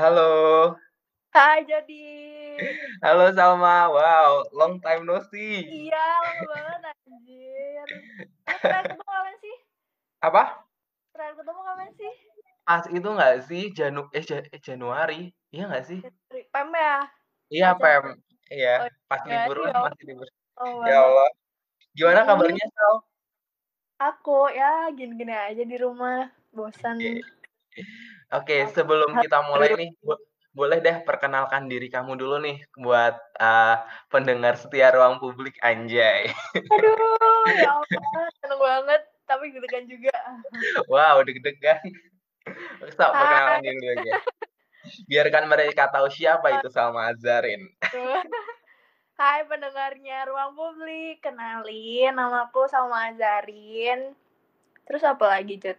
Halo, Hai jadi. halo Salma. Wow, long time no see. Iya, lama banget anjir. Kita terakhir ketemu kapan sih? Apa? Terakhir ketemu kapan sih? Pas itu nggak sih Januari? Iya nggak sih? Dari PEM ya? Iya, Acara. Pem. Iya, Oh pas iya, libur lah, ya masih libur. lama Ya banget. Allah. Gimana Mm-mm. kabarnya, Sal? Aku ya gini-gini aja di rumah. Bosan. Oke. Oke, sebelum kita mulai Baru. nih, boleh deh perkenalkan diri kamu dulu nih buat uh, pendengar setia ruang publik anjay. Aduh, ya Allah, seneng banget. Tapi deg-degan juga. Wow, deg-degan. Stop, perkenalkan Hai. diri dulu aja. Biarkan mereka tahu siapa itu Salma Azarin. Hai pendengarnya Ruang Publik. Kenalin, namaku Salma Azarin. Terus apa lagi, Jod?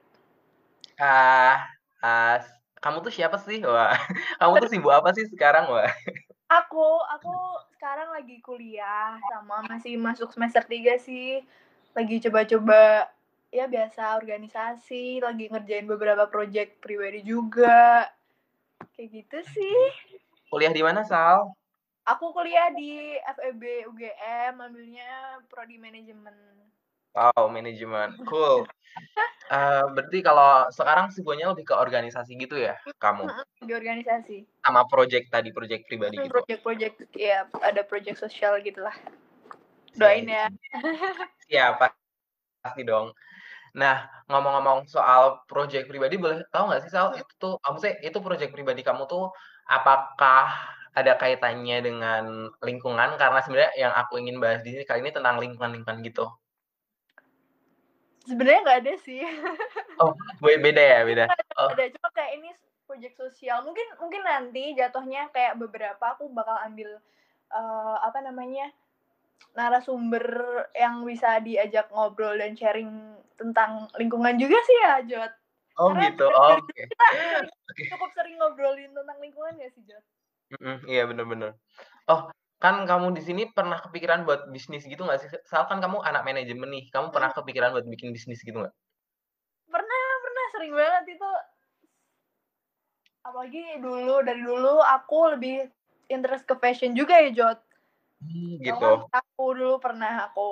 Ah, ah, kamu tuh siapa sih? Wah, kamu tuh sibuk apa sih sekarang, wah? Aku sekarang lagi kuliah sama masih masuk semester 3 sih. Lagi coba-coba ya biasa organisasi, lagi ngerjain beberapa project pribadi juga. Kayak gitu sih. Kuliah di mana, Sal? Aku kuliah di FEB UGM, ambilnya prodi manajemen. Wow, manajemen. Cool. Berarti kalau sekarang sibuknya lebih ke organisasi gitu ya, kamu? Di organisasi. Sama project tadi, project pribadi gitu? Project-project ya ada project sosial gitulah. Iya, Doain ya. iya, pasti dong. Nah, ngomong-ngomong soal project pribadi, boleh tahu nggak sih, Sal, itu tuh maksudnya itu project pribadi kamu tuh apakah ada kaitannya dengan lingkungan? Karena sebenarnya yang aku ingin bahas di sini kali ini tentang lingkungan-lingkungan gitu. Sebenarnya nggak ada sih. Oh, beda ya, beda. Oh, Ada cuma kayak ini project sosial mungkin mungkin nanti jatuhnya kayak beberapa aku bakal ambil apa namanya narasumber yang bisa diajak ngobrol dan sharing tentang lingkungan juga sih ya Jod, oh karena gitu, dari dulu oke. kita sering Oke, cukup sering ngobrolin tentang lingkungan ya sih Jod. iya bener bener. Oh, kan kamu di sini pernah kepikiran buat bisnis gitu nggak sih? Soalnya kan kamu anak manajemen nih, kamu pernah kepikiran buat bikin bisnis gitu nggak? Pernah sering banget itu, apalagi dari dulu aku lebih interest ke fashion juga ya Jod. Tahu Gitu. kan aku dulu pernah aku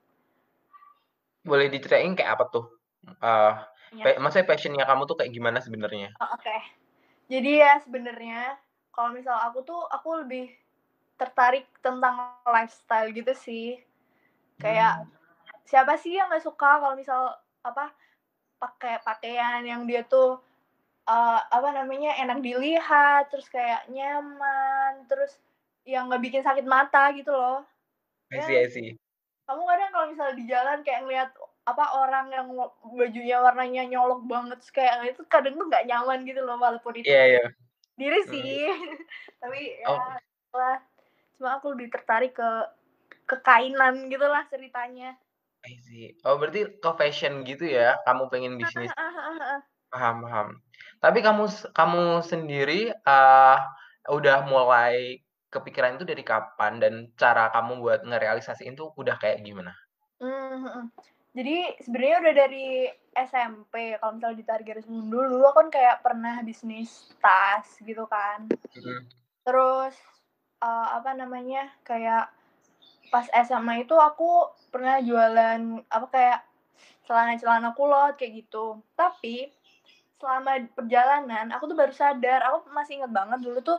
Boleh diceritain kayak apa tuh? Eee, ya. maksudnya passion-nya kamu tuh kayak gimana sebenarnya? Oh, oke. Jadi ya sebenarnya kalau misal aku tuh aku lebih tertarik tentang lifestyle gitu sih. Kayak Mmm, siapa sih yang nggak suka kalau misal apa pakai pakaian yang dia tuh apa namanya enak dilihat, terus kayak nyaman, terus yang nggak bikin sakit mata gitu loh. I Ya see nggak I sih? see. Kamu kadang kalau misalnya di jalan kayak ngeliat apa orang yang bajunya warnanya nyolok banget, terus kayak itu kadang tuh nggak nyaman gitu loh walaupun itu Iya iya. diri Mmm, sih. Tapi oh, ya lah, cuma aku lebih tertarik ke kainan gitulah ceritanya. I see. Oh berarti ke fashion gitu ya, kamu pengen bisnis? Paham paham. Tapi kamu sendiri, udah mulai kepikiran itu dari kapan dan cara kamu buat ngerealisasiin tuh udah kayak gimana? Mhm. Jadi sebenarnya udah dari SMP, kalau misalnya ditarik garis mundur dulu aku kan kayak pernah bisnis tas gitu kan. Mhm. Terus, apa namanya, kayak pas SMA itu aku pernah jualan apa, kayak celana-celana kulot kayak gitu. Tapi selama perjalanan aku tuh baru sadar, aku masih inget banget dulu tuh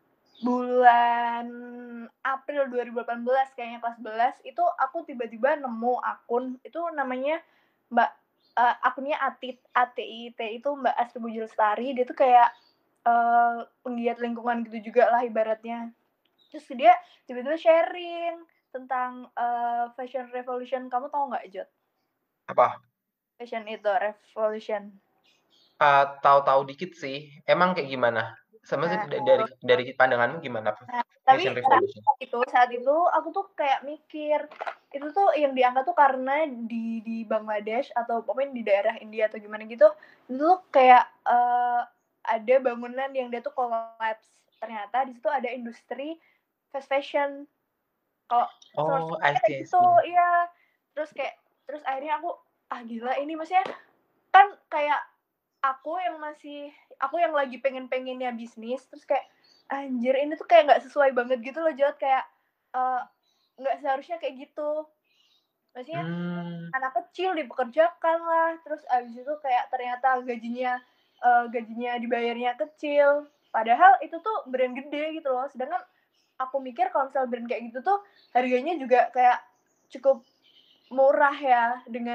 bulan April 2018 kayaknya kelas 11 itu aku tiba-tiba nemu akun itu namanya Mbak akunnya Atit ATIT itu Mbak Astri Puji Lestari, dia tuh kayak penggiat lingkungan gitu juga lah ibaratnya. Terus dia tiba-tiba sharing tentang fashion revolution, kamu tahu nggak Jod? Apa? Fashion itu revolution. Tahu-tahu dikit sih. Emang kayak gimana? Sebenarnya Nah, dari pandanganmu gimana tapi Fashion Revolution? saat itu aku tuh kayak mikir, itu tuh yang diangkat tuh karena di Bangladesh atau pokoknya di daerah India atau gimana gitu, itu tuh kayak, ada bangunan yang dia tuh collapse. Ternyata di situ ada industri fast fashion. Kalau Oh, I source-nya kayak see I gitu, see. iya. Terus akhirnya aku, "Ah, gila ini," maksudnya kan kayak aku yang lagi pengen-pengennya bisnis, terus kayak, anjir ini tuh kayak nggak sesuai banget gitu loh Jod, kayak, nggak seharusnya kayak gitu. Maksudnya Mmm. anak kecil dipekerjakan lah, terus abis itu kayak ternyata gajinya dibayarnya kecil, padahal itu tuh brand gede gitu loh. Sedangkan aku mikir kalau misal brand kayak gitu tuh harganya juga kayak cukup murah ya,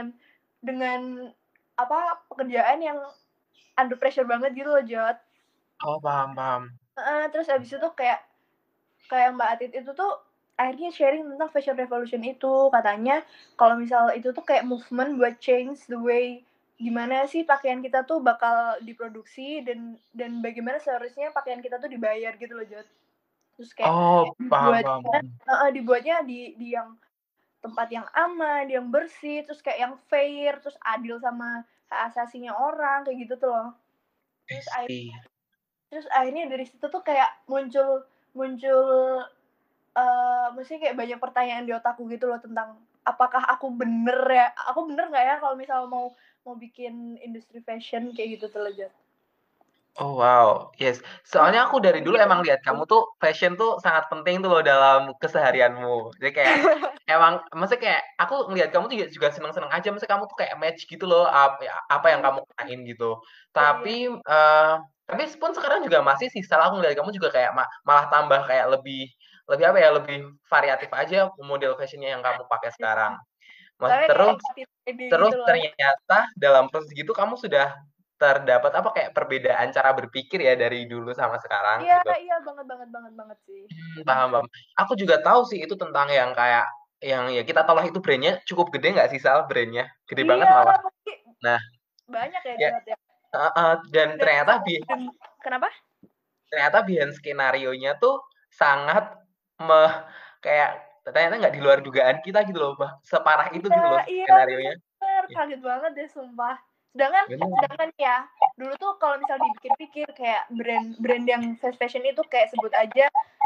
dengan pekerjaan yang under pressure banget gitu loh, Jod. Oh, paham paham. Terus abis itu kayak kayak Mbak Atit itu tuh akhirnya sharing tentang fashion revolution itu. Katanya kalau misal itu tuh kayak movement buat change the way gimana sih pakaian kita tuh bakal diproduksi dan bagaimana seharusnya pakaian kita tuh dibayar gitu loh, Jod. Terus kayak Oh, paham paham dibuatnya paham. dibuatnya di yang tempat yang aman, yang bersih, terus kayak yang fair, terus adil sama hak asasinya orang, kayak gitu tuh loh. I Terus see. akhirnya dari situ tuh kayak muncul muncul, maksudnya kayak banyak pertanyaan di otakku gitu loh tentang, apakah aku bener nggak ya kalau misal mau mau bikin industri fashion kayak gitu tuh loh, Jat. Oh, wow, yes. Soalnya aku dari dulu Mikir kayak emang lihat gitu. kamu tuh fashion tuh sangat penting tuh loh dalam keseharianmu. Jadi kayak emang maksudnya kayak aku ngelihat kamu tuh juga seneng-seneng aja, maksudnya kamu tuh kayak match gitu loh, apa yang Mmm, kamu kenain gitu. iya iya. Tapi pun sekarang juga masih sih, setelah aku ngelihat kamu juga kayak malah tambah kayak lebih lebih apa ya, lebih variatif aja model fashion-nya yang kamu pakai sekarang. Soalnya kayak Terus excited terus gitu loh. ternyata dalam proses gitu kamu sudah terdapat apa, kayak perbedaan cara berpikir ya dari dulu sama sekarang Iya gitu. iya, banget banget banget banget sih. Paham paham. Aku juga tahu sih itu tentang yang kayak yang ya kita tahu lah itu brand-nya cukup gede nggak sih Sal, brand-nya? Gede banget Iya, malah. pasti Nah, banyak ya, ya Jat, ya. heeh, dan Dan kenapa? ternyata behind skenario-nya tuh sangat meh kayak ternyata nggak di luar dugaan kita gitu loh, separah itu Iya gitu loh iya, skenario-nya. bener, Iya, kaget banget deh sumpah. Sedangkan bener. sedangkan ya, dulu tuh kalau misal dipikir-pikir kayak brand-brand yang fast fashion itu kayak sebut aja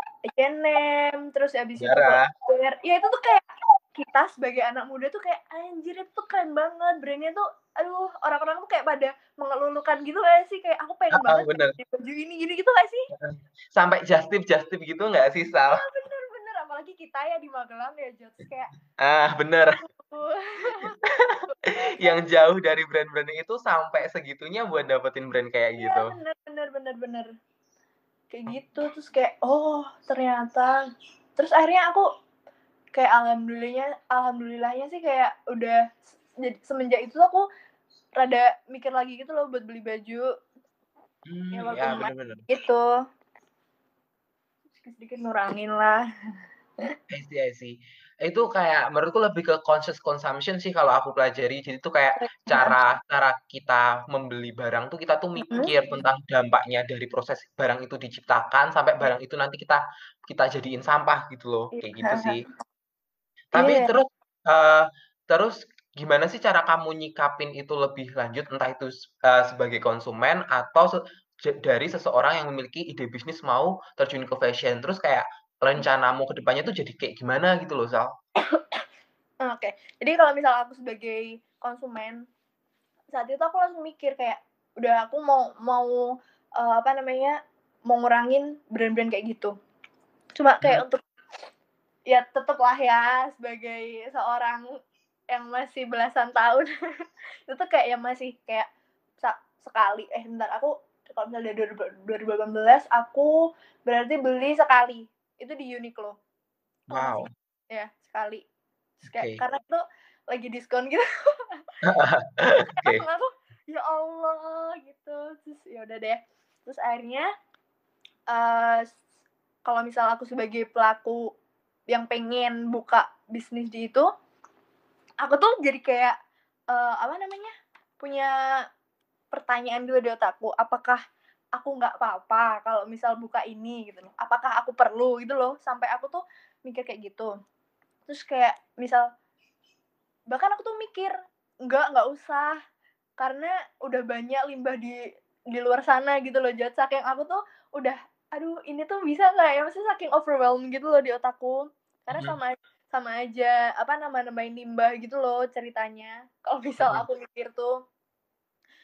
H&M, terus habis itu Zara. Clothwear, ya itu tuh kayak kita sebagai anak muda tuh kayak, "Anjir itu tuh keren banget, brand-nya tuh aduh orang-orang tuh kayak pada mengeluh-elukan gitu nggak sih? Kayak aku pengen Heeh, banget kayak bener. beli baju ini gini gitu nggak sih?" Heeh. Sampai just tip gitu nggak sih, Sal? Iya bener bener, apalagi kita ya di Magelang ya Jots, kayak Ah, bener. aduh. Yang jauh dari brand-brand itu sampai segitunya buat dapetin brand kayak Iya gitu. bener bener bener bener. Kayak gitu, terus kayak, oh ternyata. Terus akhirnya aku kayak alhamdulillahnya sih kayak udah jadi semenjak itu tuh aku rada mikir lagi gitu loh buat beli baju, ya Ya walaupun bener lumayan bener. gitu, sedikit-sedikit nurangin lah. I see. Itu kayak menurutku lebih ke conscious consumption sih kalau aku pelajari. Jadi itu kayak cara cara kita membeli barang tuh kita tuh Mhm, mikir tentang dampaknya dari proses barang itu diciptakan sampai iya barang itu nanti kita kita jadiin sampah gitu loh, iya, kayak gitu sih. heeh. Tapi Iya, eee, terus gimana sih cara kamu nyikapin itu lebih lanjut, entah itu sebagai konsumen atau dari seseorang yang memiliki ide bisnis mau terjun ke fashion, terus kayak rencanamu ke depannya tuh jadi kayak gimana gitu loh, Sal? oke. Jadi kalau misal aku sebagai konsumen, saat itu aku langsung mikir kayak, udah aku mau mau, apa namanya, mau ngurangin brand-brand kayak gitu. Cuma Mmm, kayak untuk ya teteplah ya sebagai seorang yang masih belasan tahun, itu tuh kayak yang masih kayak sekali bentar aku kalau misalnya dari 2018 aku berarti beli sekali, itu di Uniqlo, tau nggak sih? wow, Ya sekali. Terus kayak oke. karena itu lagi diskon gitu, kayak Oke. langsung aku, "Ya Allah," gitu. Terus ya udah deh, terus akhirnya, eee, kalau misal aku sebagai pelaku yang pengen buka bisnis di itu, aku tuh jadi kayak, apa namanya, punya pertanyaan dulu di otakku, apakah aku nggak apa-apa kalau misal buka ini gitu loh, apakah aku perlu gitu loh, sampai aku tuh mikir kayak gitu. Terus kayak misal bahkan aku tuh mikir, nggak usah, karena udah banyak limbah di luar sana gitu loh, Jat. Saking aku tuh udah, "Aduh ini tuh bisa nggak ya?" Maksudnya saking overwhelmed gitu loh di otakku. Karena Mhm sama aja, apa, nambah-nambahin limbah gitu loh ceritanya, kalau misal mhm. aku mikir tuh.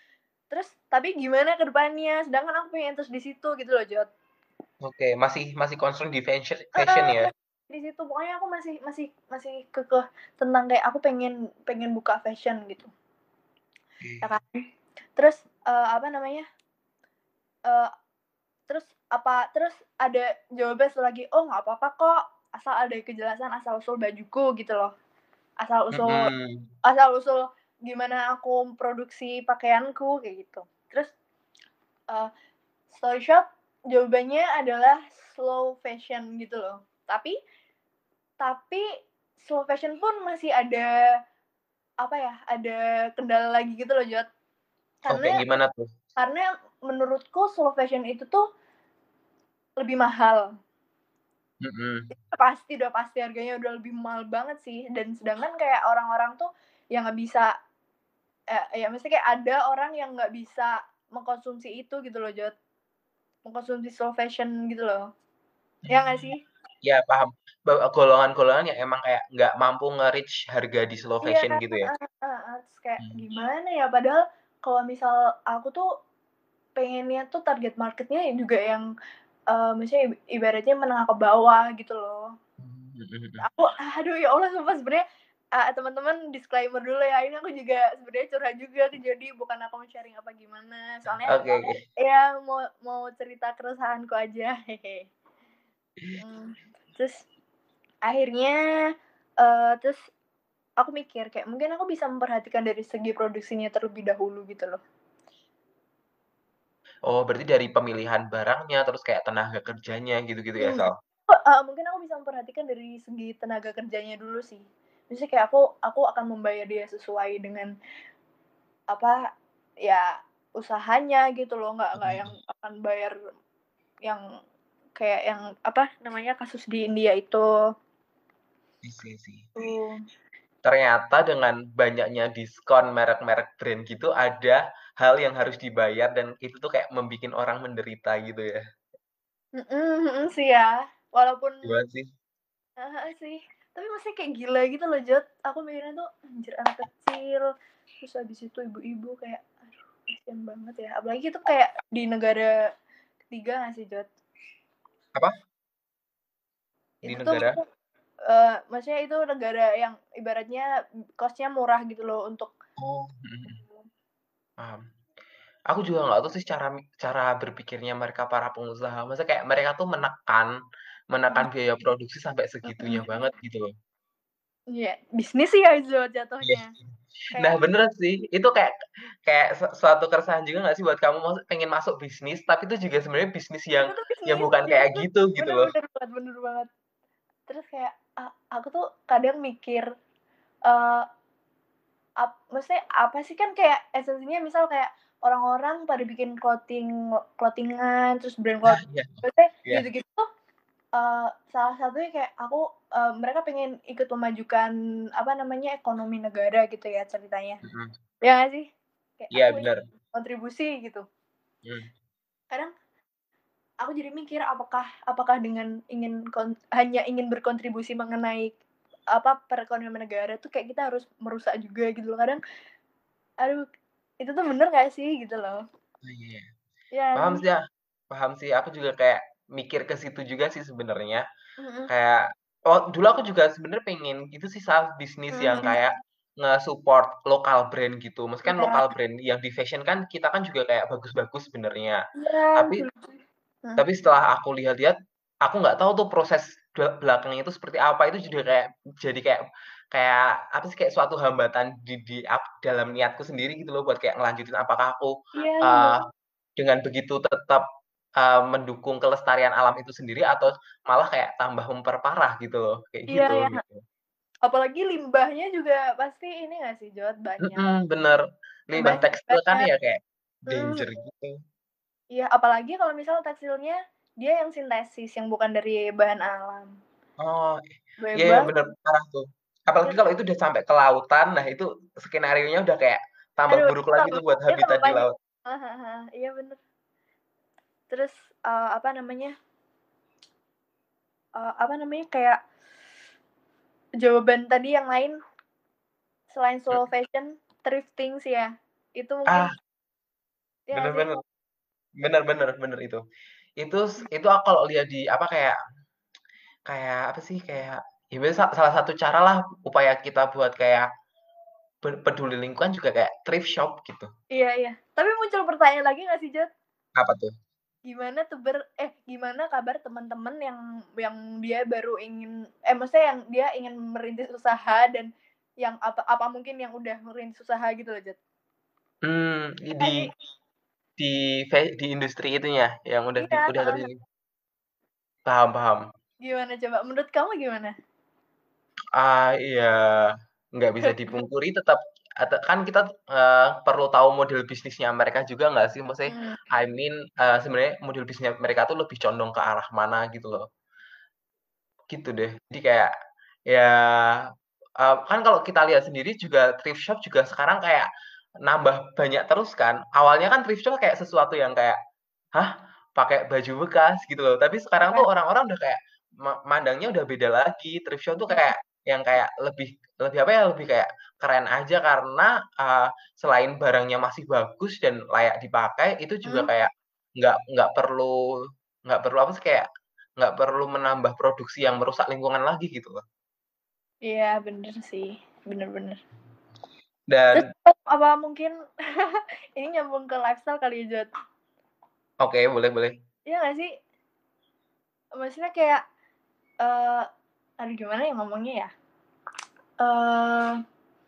Terus tapi gimana ke depannya? Sedangkan aku pengen terus di situ gitu loh, Jod. Oke, masih concern di fashion Heeh, ya? di situ pokoknya aku masih kekeh tentang kayak aku pengen pengen buka fashion gitu, ya Oke. kan. Terus, apa namanya, eee, terus ada jawaban satu lagi, "Oh nggak apa-apa kok, asal ada kejelasan asal-usul bajuku," gitu loh. Asal-usul Mhm. asal-usul gimana aku produksi pakaianku, kayak gitu. Terus, eee, story short, jawabannya adalah slow fashion gitu loh. Tapi slow fashion pun masih ada, apa ya, ada kendala lagi gitu loh, Jod. Oke, Karena gimana tuh? karena menurutku slow fashion itu tuh lebih mahal. Mhm. Udah pasti harganya udah lebih mahal banget sih, dan sedangkan kayak orang-orang tuh yang nggak bisa, ya maksudnya kayak ada orang yang nggak bisa mengkonsumsi itu gitu loh, Jod. Mengkonsumsi slow fashion gitu loh. Ya nggak Mmm, sih? iya paham. Golongan-golongan yang emang kayak nggak mampu nge-reach harga di slow Iya, fashion gitu ya? heeh heeh. Terus kayak Mmm. gimana ya, padahal kalau misal aku tuh pengennya tuh target market-nya juga yang, maksudnya ibaratnya menengah ke bawah gitu loh. Mhm mhm. Aku aduh ya Allah sumpah sebenarnya, teman-teman disclaimer dulu ya, ini aku juga sebenarnya curhat juga nih, jadi bukan aku mau sharing apa gimana, soalnya Oke oke. ya mau mau cerita keresahanku aja, hehe. Terus akhirnya, terus aku mikir kayak mungkin aku bisa memperhatikan dari segi produksinya terlebih dahulu gitu loh. Oh, berarti dari pemilihan barangnya, terus kayak tenaga kerjanya gitu-gitu ya, Mmm, Sal? mungkin aku bisa memperhatikan dari segi tenaga kerjanya dulu sih. Maksudnya kayak aku akan membayar dia sesuai dengan, apa, ya usahanya gitu loh, nggak yang Mhm. akan bayar yang kayak yang, apa namanya, kasus di India itu. I see sih. Tuh. Ternyata dengan banyaknya diskon merek-merek brand gitu, ada hal yang harus dibayar dan itu tuh kayak membikin orang menderita gitu ya? Mhm mhm sih ya, walaupun Gimana sih? heeh sih, tapi maksudnya kayak gila gitu loh, Jod. Aku mikirnya tuh, anjir anak kecil, terus habis itu ibu-ibu kayak, aduh kasihan banget ya. Apalagi itu kayak di negara ketiga nggak sih, Jod? Apa? Di Itu tuh negara? maksudnya itu negara yang ibaratnya cost-nya murah gitu loh untuk Oh, mhm mhm, paham. Aku juga nggak tahu sih cara berpikirnya mereka para pengusaha, maksudnya kayak mereka tuh menekan menekan mhm biaya produksi sampai segitunya mhm. banget gitu loh. Iya, bisnis sih ya Jod Iya. jatuhnya. Nah Kayak beneran sih, itu kayak kayak suatu keresahan juga nggak sih buat kamu pengen masuk bisnis, tapi itu juga sebenarnya bisnis itu tuh yang bisnis, bukan ya kayak itu gitu, gitu bener loh. bener banget bener banget. Terus kayak, aku tuh kadang mikir, eee maksudnya apa sih, kan kayak esensinya misal kayak orang-orang pada bikin clothingan, terus brand Ah, iya maksudnya iya, gitu-gitu tuh, salah satunya kayak aku, mereka pengen ikut memajukan, apa namanya, ekonomi negara gitu ya ceritanya. mhm, Ya nggak sih? Kayak iya aku ingin bener, kontribusi gitu. mhm. Kadang aku jadi mikir apakah apakah dengan hanya ingin berkontribusi mengenai, apa, perekonomian negara tuh kayak kita harus merusak juga gitu loh. Kadang aduh, itu tuh bener nggak sih gitu loh. Oh iya, Iya nggak paham sih? sih ya, paham sih, aku juga kayak mikir ke situ juga sih sebenarnya. Mhm, Kayak dulu aku juga sebenarnya pengen itu sih bisnis mhm yang mhm. kayak nge-support lokal brand gitu. Maksudnya kan Iya lokal brand yang di fashion kan kita kan juga kayak bagus-bagus sebenarnya. iya, Tapi lucu-lucu. Mhm. Tapi setelah aku lihat-lihat, aku nggak tahu tuh proses belakangnya itu seperti apa, itu juga kayak jadi kayak kayak apa sih, kayak suatu hambatan dalam niatku sendiri gitu loh buat kayak ngelanjutin apakah aku, Iya iya eee, banget. dengan begitu tetap, mendukung kelestarian alam itu sendiri atau malah kayak tambah memperparah gitu loh, kayak Iya gitu iya, gitu. apalagi limbahnya juga pasti ini nggak sih, Jod, banyak. Mhm, bener. Limbah Limbahnya tekstil kan banyak. ya kayak Mhm, danger gitu. iya, apalagi kalau misal tekstilnya dia yang sintesis, yang bukan dari bahan alam. Oh, iya iya Bebas bener, parah tuh. Apalagi ya, kalau itu udah sampai ke lautan, nah itu skenarionya udah kayak tambah aduh buruk lagi tuh buat itu habitat tambah di banyak. laut. Heeh heeh, iya bener. Terus, apa namanya, kayak jawaban tadi yang lain selain slow Mhm. fashion, thrifting sih ya. Itu Ah, mungkin Iya nggak bener sih? bener. Bener bener bener itu. Itu aku kalau lihat di apa, kayak kayak apa sih, kayak ya salah satu cara lah upaya kita buat kayak peduli lingkungan juga kayak thrift shop gitu. Iya iya. Tapi muncul pertanyaan lagi nggak sih, Jod? Apa tuh? Gimana kabar teman-teman yang dia baru ingin maksudnya yang dia ingin merintis usaha dan yang apa mungkin yang udah merintis usaha gitu loh, Jod. Mmm, Iya di nggak sih? di industri itunya yang Iya, udah heeh. terjadi. Paham paham. Gimana coba? Menurut kamu gimana? Iya, nggak bisa dipungkiri tetap kan kita, perlu tahu model bisnisnya mereka juga nggak sih? Maksudnya Mmm, I mean, sebenarnya model bisnisnya mereka tuh lebih condong ke arah mana gitu loh. Gitu deh. Jadi kayak, ya, kan kalau kita lihat sendiri juga thrift shop juga sekarang kayak nambah banyak terus kan. Awalnya kan thrift shop kayak sesuatu yang kayak, "Hah? Pakai baju bekas?" Gitu loh. Tapi sekarang iya, tuh orang-orang udah kayak mandangnya udah beda lagi. Thrift shop tuh mhm kayak yang kayak lebih lebih apa ya, lebih kayak keren aja karena, selain barangnya masih bagus dan layak dipakai, itu juga mhm. kayak nggak perlu apa sih, kayak nggak perlu menambah produksi yang merusak lingkungan lagi gitu loh. Iya bener sih, bener bener. Terus Dan apa mungkin ini nyambung ke lifestyle kali ya, Jod? oke, boleh boleh. Iya nggak sih? Maksudnya kayak, eee, aduh gimana ya ngomongnya ya? Eee,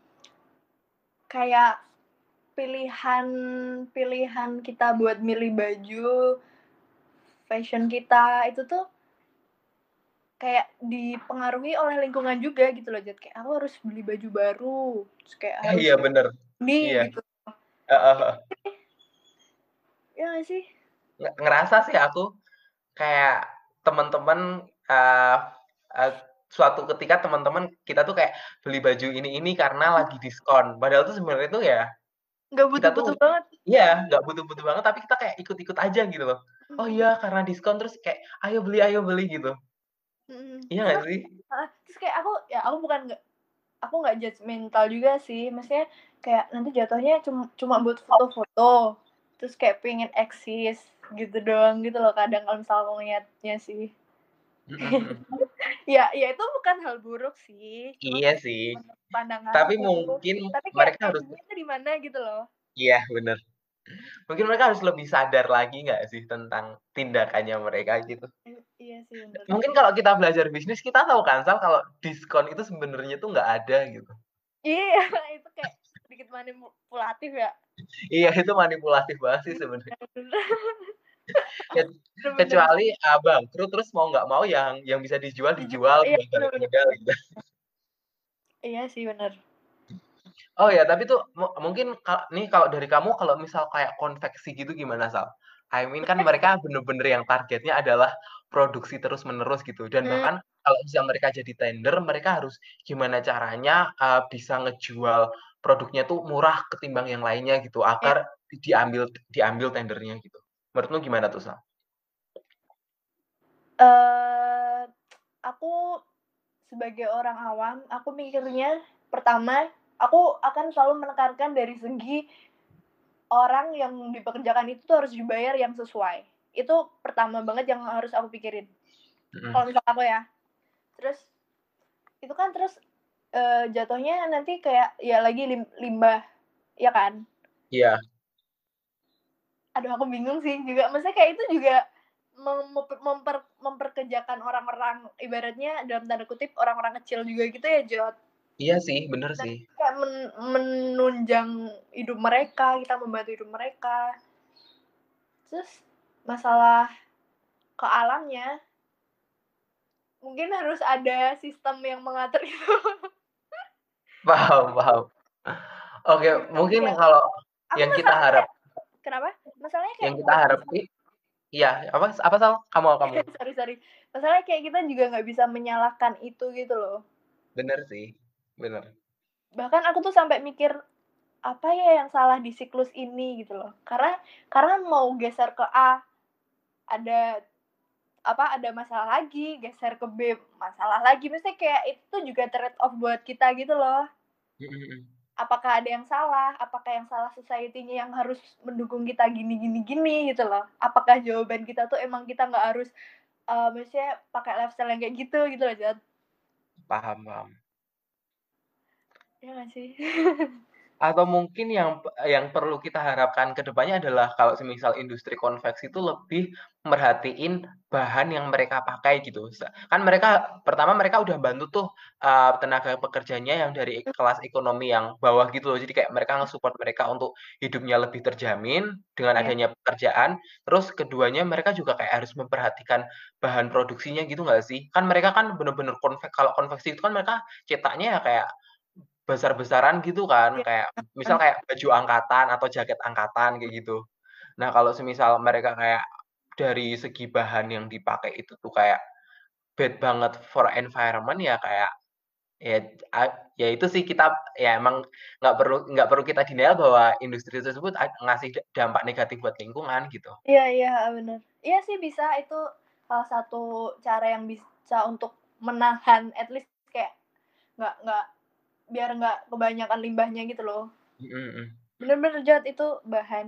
kayak pilihan pilihan kita buat milih baju, fashion kita itu tuh kayak dipengaruhi oleh lingkungan juga gitu loh, Jod. Kayak aku harus beli baju baru, terus kayak harus Iya bener. Iya, ini gitu. heeh heeh. Iya nggak sih? Ngerasa sih aku kayak temen-temen, eee eee, suatu ketika teman-teman kita tuh kayak beli baju ini karena Mhm. lagi diskon. Padahal tuh sebenarnya tuh ya Nggak kita tuh butuh-butuh banget. iya, nggak butuh-butuh banget tapi kita kayak ikut-ikut aja gitu loh. Oh Mhm iya karena diskon terus kayak, ayo beli," gitu. mhm. Iya Terus nggak aku sih? heeh, terus kayak aku bukan aku nggak judgemental juga sih, maksudnya kayak nanti jatuhnya cuma buat foto-foto, terus kayak pengen eksis gitu doang gitu loh kadang kalau misalnya aku ngeliatnya sih. Mhm mhm. Ya itu bukan hal buruk sih, cuma Iya kayak sih. menurut Tapi pandanganku, mungkin tapi kayak mereka harus ending-nya tuh di mana gitu loh. iya bener. Mungkin mereka harus lebih sadar lagi nggak sih tentang tindakannya mereka gitu. Iya sih bener. Mungkin kalau kita belajar bisnis kita tahu kan Sal, kalau diskon itu sebenarnya tuh nggak ada gitu. Iya, itu kayak sedikit manipulatif ya. Iya itu manipulatif banget sih Iya sebenarnya. bener. Ke Bener bener. kecuali, bangkrut terus mau nggak mau yang bisa dijual, Dijual iya buat bener balik bener. modal gitu. Iya sih bener. Oh ya, tapi tuh mungkin nih kalau dari kamu kalau misal kayak konveksi gitu gimana, Sal? I mean kan mereka bener-bener yang targetnya adalah produksi terus-menerus gitu dan Mmm, bahkan kalau misal mereka jadi tender, mereka harus gimana caranya, bisa ngejual produknya tuh murah ketimbang yang lainnya gitu iya. agar diambil diambil tendernya gitu. Menurutmu gimana tuh, Sal? Eee, aku sebagai orang awam, aku mikirnya pertama, aku akan selalu menekankan dari segi orang yang dipekerjakan itu tuh harus dibayar yang sesuai. Itu pertama banget yang harus aku pikirin, Mhm. kalau misal aku ya. Terus itu kan terus, jatuhnya nanti kayak ya lagi limbah, ya kan? Iya Aduh aku bingung sih juga, maksudnya kayak itu juga memperkerjakan orang-orang ibaratnya dalam tanda kutip "orang-orang kecil" juga gitu ya, Jod. iya sih, bener Nah, sih. kayak menunjang hidup mereka, kita membantu hidup mereka. Terus masalah ke alamnya, mungkin harus ada sistem yang mengatur itu. Paham paham. Oke, mungkin Iya, kalau aku yang kita masalahnya harap kenapa? Masalahnya yang kayak kita nggak bisa harapi iya, apa, Sal? Kamu. sorry. Masalahnya kayak kita juga nggak bisa menyalahkan itu gitu loh. Bener sih, bener. Bahkan aku tuh sampai mikir, apa ya yang salah di siklus ini gitu loh. Karena mau geser ke A, ada ada masalah lagi, geser ke B, masalah lagi. Maksudnya kayak itu juga trade off buat kita gitu loh. Mhm mhm. apakah ada yang salah? Apakah yang salah society-nya yang harus mendukung kita gini gini gini gitu loh. Apakah jawaban kita tuh emang kita nggak harus, maksudnya pakai lifestyle yang kayak gitu loh, Jat. Paham paham. Iya nggak sih? Atau mungkin yang perlu kita harapkan ke depannya adalah kalau semisal industri konveksi itu lebih merhatiin bahan yang mereka pakai gitu. Kan pertama mereka udah bantu tuh, tenaga pekerjanya yang dari kelas ekonomi yang bawah gitu loh. Jadi kayak mereka nge-support mereka untuk hidupnya lebih terjamin dengan Iya adanya pekerjaan. Terus keduanya mereka juga kayak harus memperhatikan bahan produksinya gitu nggak sih? Kan mereka kan bener-bener kalau konveksi itu kan mereka cetaknya ya kayak besar-besaran gitu kan, iya, kayak misal heeh. kayak baju angkatan atau jaket angkatan kayak gitu. Nah, kalau semisal mereka kayak dari segi bahan yang dipakai itu tuh kayak bad banget for environment ya kayak ya ya itu sih kita ya emang nggak perlu kita denial bahwa industri tersebut ngasih dampak negatif buat lingkungan gitu. Iya iya, heeh, bener. Iya sih bisa, itu salah satu cara yang bisa untuk menahan at least kayak nggak biar nggak kebanyakan limbahnya gitu loh. Mhm mhm. Bener bener, Jat, itu bahan,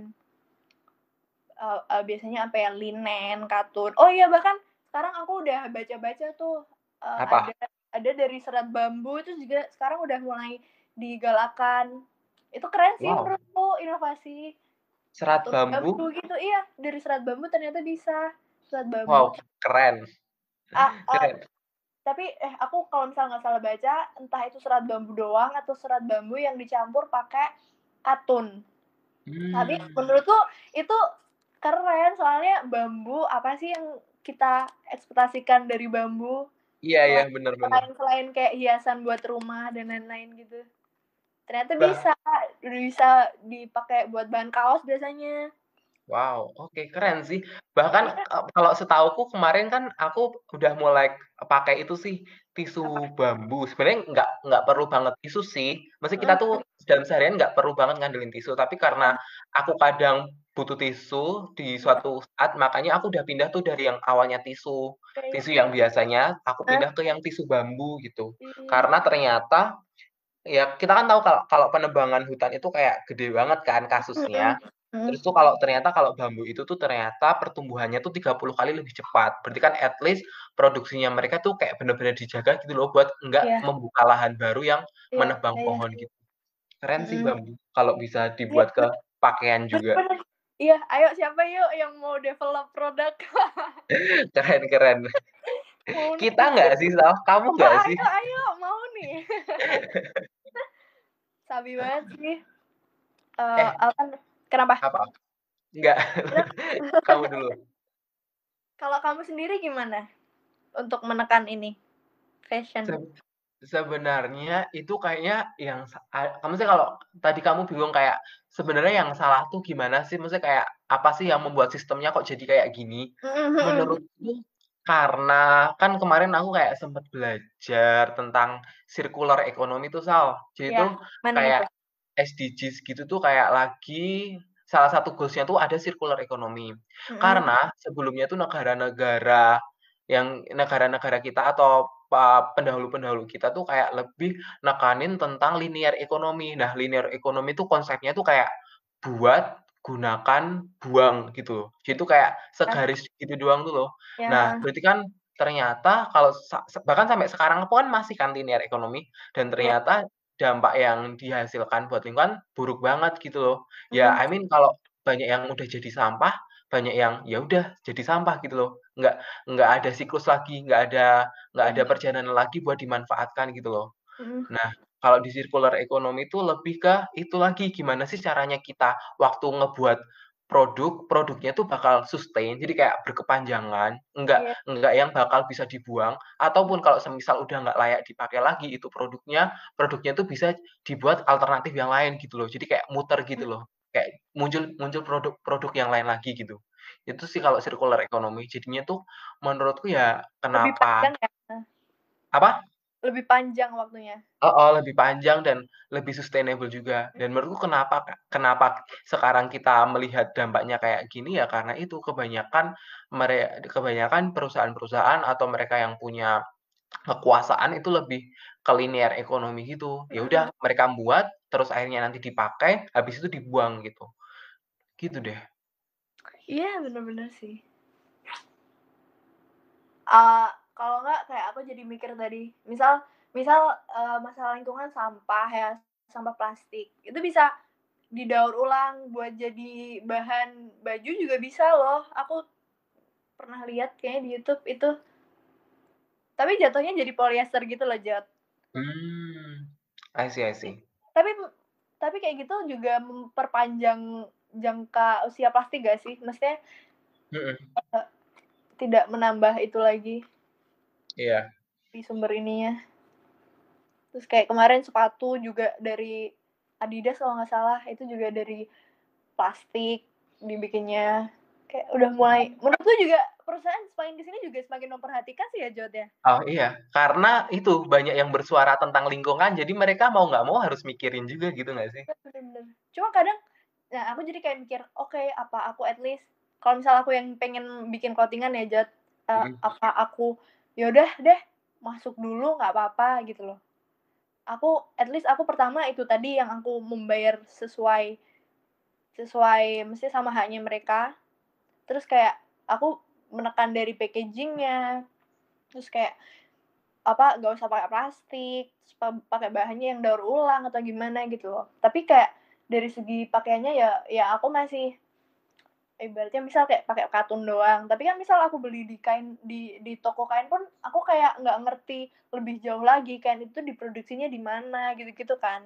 biasanya apa ya, linen, katun. Oh iya, bahkan sekarang aku udah baca-baca tuh, Apa? ada dari serat bambu itu juga sekarang udah mulai digalakan. Itu keren sih Wow, menurutku, inovasi. serat Katun bambu? bambu gitu, iya, dari serat bambu ternyata bisa, serat bambu. Wow, keren A keren. tapi aku kalau misalnya nggak salah baca, entah itu serat bambu doang atau serat bambu yang dicampur pakai katun. Tapi Mmm, menurutku itu keren, soalnya bambu apa sih yang kita ekspektasikan dari bambu, iya iya, selain bener bener. selain selain kayak hiasan buat rumah dan lain-lain gitu. Ternyata Bah bisa dipakai buat bahan kaos biasanya. Wow, oke keren sih. Bahkan, Iya, kalau setahuku kemarin kan aku udah mulai pakai itu sih, apa? tisu bambu. Sebenarnya nggak perlu banget tisu sih, maksudnya kita Mhm tuh mhm. dalam seharian nggak perlu banget ngandelin tisu, tapi karena aku kadang butuh tisu di Iya suatu saat, makanya aku udah pindah tuh dari yang awalnya tisu iya iya. tisu yang biasanya, aku Heeh, pindah ke yang tisu bambu gitu. ih, Karena ternyata ya kita kan tahu kalau kalau penebangan hutan itu kayak gede banget kan mhm kasusnya. mhm. Terus tuh kalau ternyata kalau bambu itu tuh ternyata pertumbuhannya tuh 30 kali lebih cepat. Berarti kan at least produksinya mereka tuh kayak bener-bener dijaga gitu loh buat enggak Iya membuka lahan baru yang iya menebang iya pohon sih. gitu. Keren sih Mhm. bambu kalau bisa Iya, dibuat ke pakaian bener juga. bener. Iya, ayo siapa yuk yang mau develop produk? Keren keren. Mau Kita nih. nggak sih, Sal? Kamu Oh, nggak sih? ayo, mau nih. Sabi banget sih. Eh, Apa kenapa? apa? Nggak, Kenapa? kamu dulu. Kalau kamu sendiri gimana untuk menekan ini, fashion? Sebenarnya itu kayaknya yang kamu sih kalau tadi kamu bingung kayak, sebenarnya yang salah tuh gimana sih? Maksudnya kayak, apa sih yang membuat sistemnya kok jadi kayak gini? Mhm mhm. Menurutku karena kan kemarin aku kayak sempet belajar tentang circular economy tuh, Sal. Jadi Iya, tuh mana itu? kayak SDGs gitu tuh kayak lagi salah satu goals-nya tuh ada circular economy. Mhm, Karena sebelumnya tuh negara-negara kita atau pendahulu-pendahulu kita tuh kayak lebih nekanin tentang linear economy. Nah, linear economy tuh konsepnya tuh kayak buat, gunakan, buang gitu. Jadi tuh kayak ah, segaris gitu doang tuh loh. ya, Nah, heeh, berarti kan ternyata kalau bahkan sampai sekarang pun masih kan linear economy dan iya, ternyata dampak yang dihasilkan buat lingkungan buruk banget gitu loh. Ya mhm, I mean kalau banyak yang udah jadi sampah, banyak yang ya udah jadi sampah gitu loh. Nggak ada siklus lagi, nggak ada iya, perjalanan lagi buat dimanfaatkan gitu loh. mhm, Nah, kalau di circular economy itu lebih ke itu lagi, gimana sih caranya kita waktu ngebuat produknya tuh bakal sustain, jadi kayak berkepanjangan, iya, enggak yang bakal bisa dibuang, ataupun kalau semisal udah nggak layak dipakai lagi itu produknya tuh bisa dibuat alternatif yang lain gitu loh. Jadi kayak muter mhm, gitu loh, kayak muncul muncul produk-produk yang lain lagi gitu. Itu sih kalau circular economy, jadinya tuh menurutku ya lebih kenapa panjang ya? apa? Lebih panjang waktunya. Heeh, lebih panjang dan lebih sustainable juga. Dan menurutku kenapa sekarang kita melihat dampaknya kayak gini ya karena itu kebanyakan perusahaan-perusahaan atau mereka yang punya kekuasaan itu lebih ke linear ekonomi gitu. Ya Mhm udah mhm, mereka buat, terus akhirnya nanti dipakai, habis itu dibuang gitu. Gitu deh. Iya, bener sih. Kalau nggak kayak aku jadi mikir tadi, misal misal, masalah lingkungan sampah ya, sampah plastik, itu bisa didaur ulang buat jadi bahan baju juga bisa loh. Aku pernah lihat kayaknya di YouTube itu, tapi jatuhnya jadi polyester gitu loh, Jat. I see I see. Tapi tapi kayak gitu juga memperpanjang jangka usia plastik nggak sih? Maksudnya, Mhm, tidak menambah itu lagi iya. di sumber ininya. Terus kayak kemarin sepatu juga dari Adidas kalau nggak salah, itu juga dari plastik dibikinnya. Kayak udah mulai menurutku juga perusahaan semakin di sini juga semakin memperhatikan sih ya, Jod, ya? Oh iya, karena itu banyak yang bersuara tentang lingkungan, jadi mereka mau nggak mau harus mikirin juga gitu nggak sih? Iya, bener. Cuma kadang nah aku jadi kayak mikir, "Oke, apa aku at least kalau misal aku yang pengen bikin clothingan ya, Jod, Mhm. apa aku ya udah deh masuk dulu nggak apa-apa," gitu loh. Aku at least aku pertama itu tadi yang aku membayar sesuai sesuai mesti sama haknya mereka, terus kayak aku menekan dari packaging-nya, terus kayak, apa, nggak usah pakai plastik, terus pakai bahannya yang daur ulang atau gimana gitu loh. Tapi kayak dari segi pakaiannya ya aku masih ibaratnya misal kayak pakai katun doang, tapi kan misal aku beli di kain di toko kain pun aku kayak nggak ngerti lebih jauh lagi kain itu diproduksinya di mana gitu-gitu kan.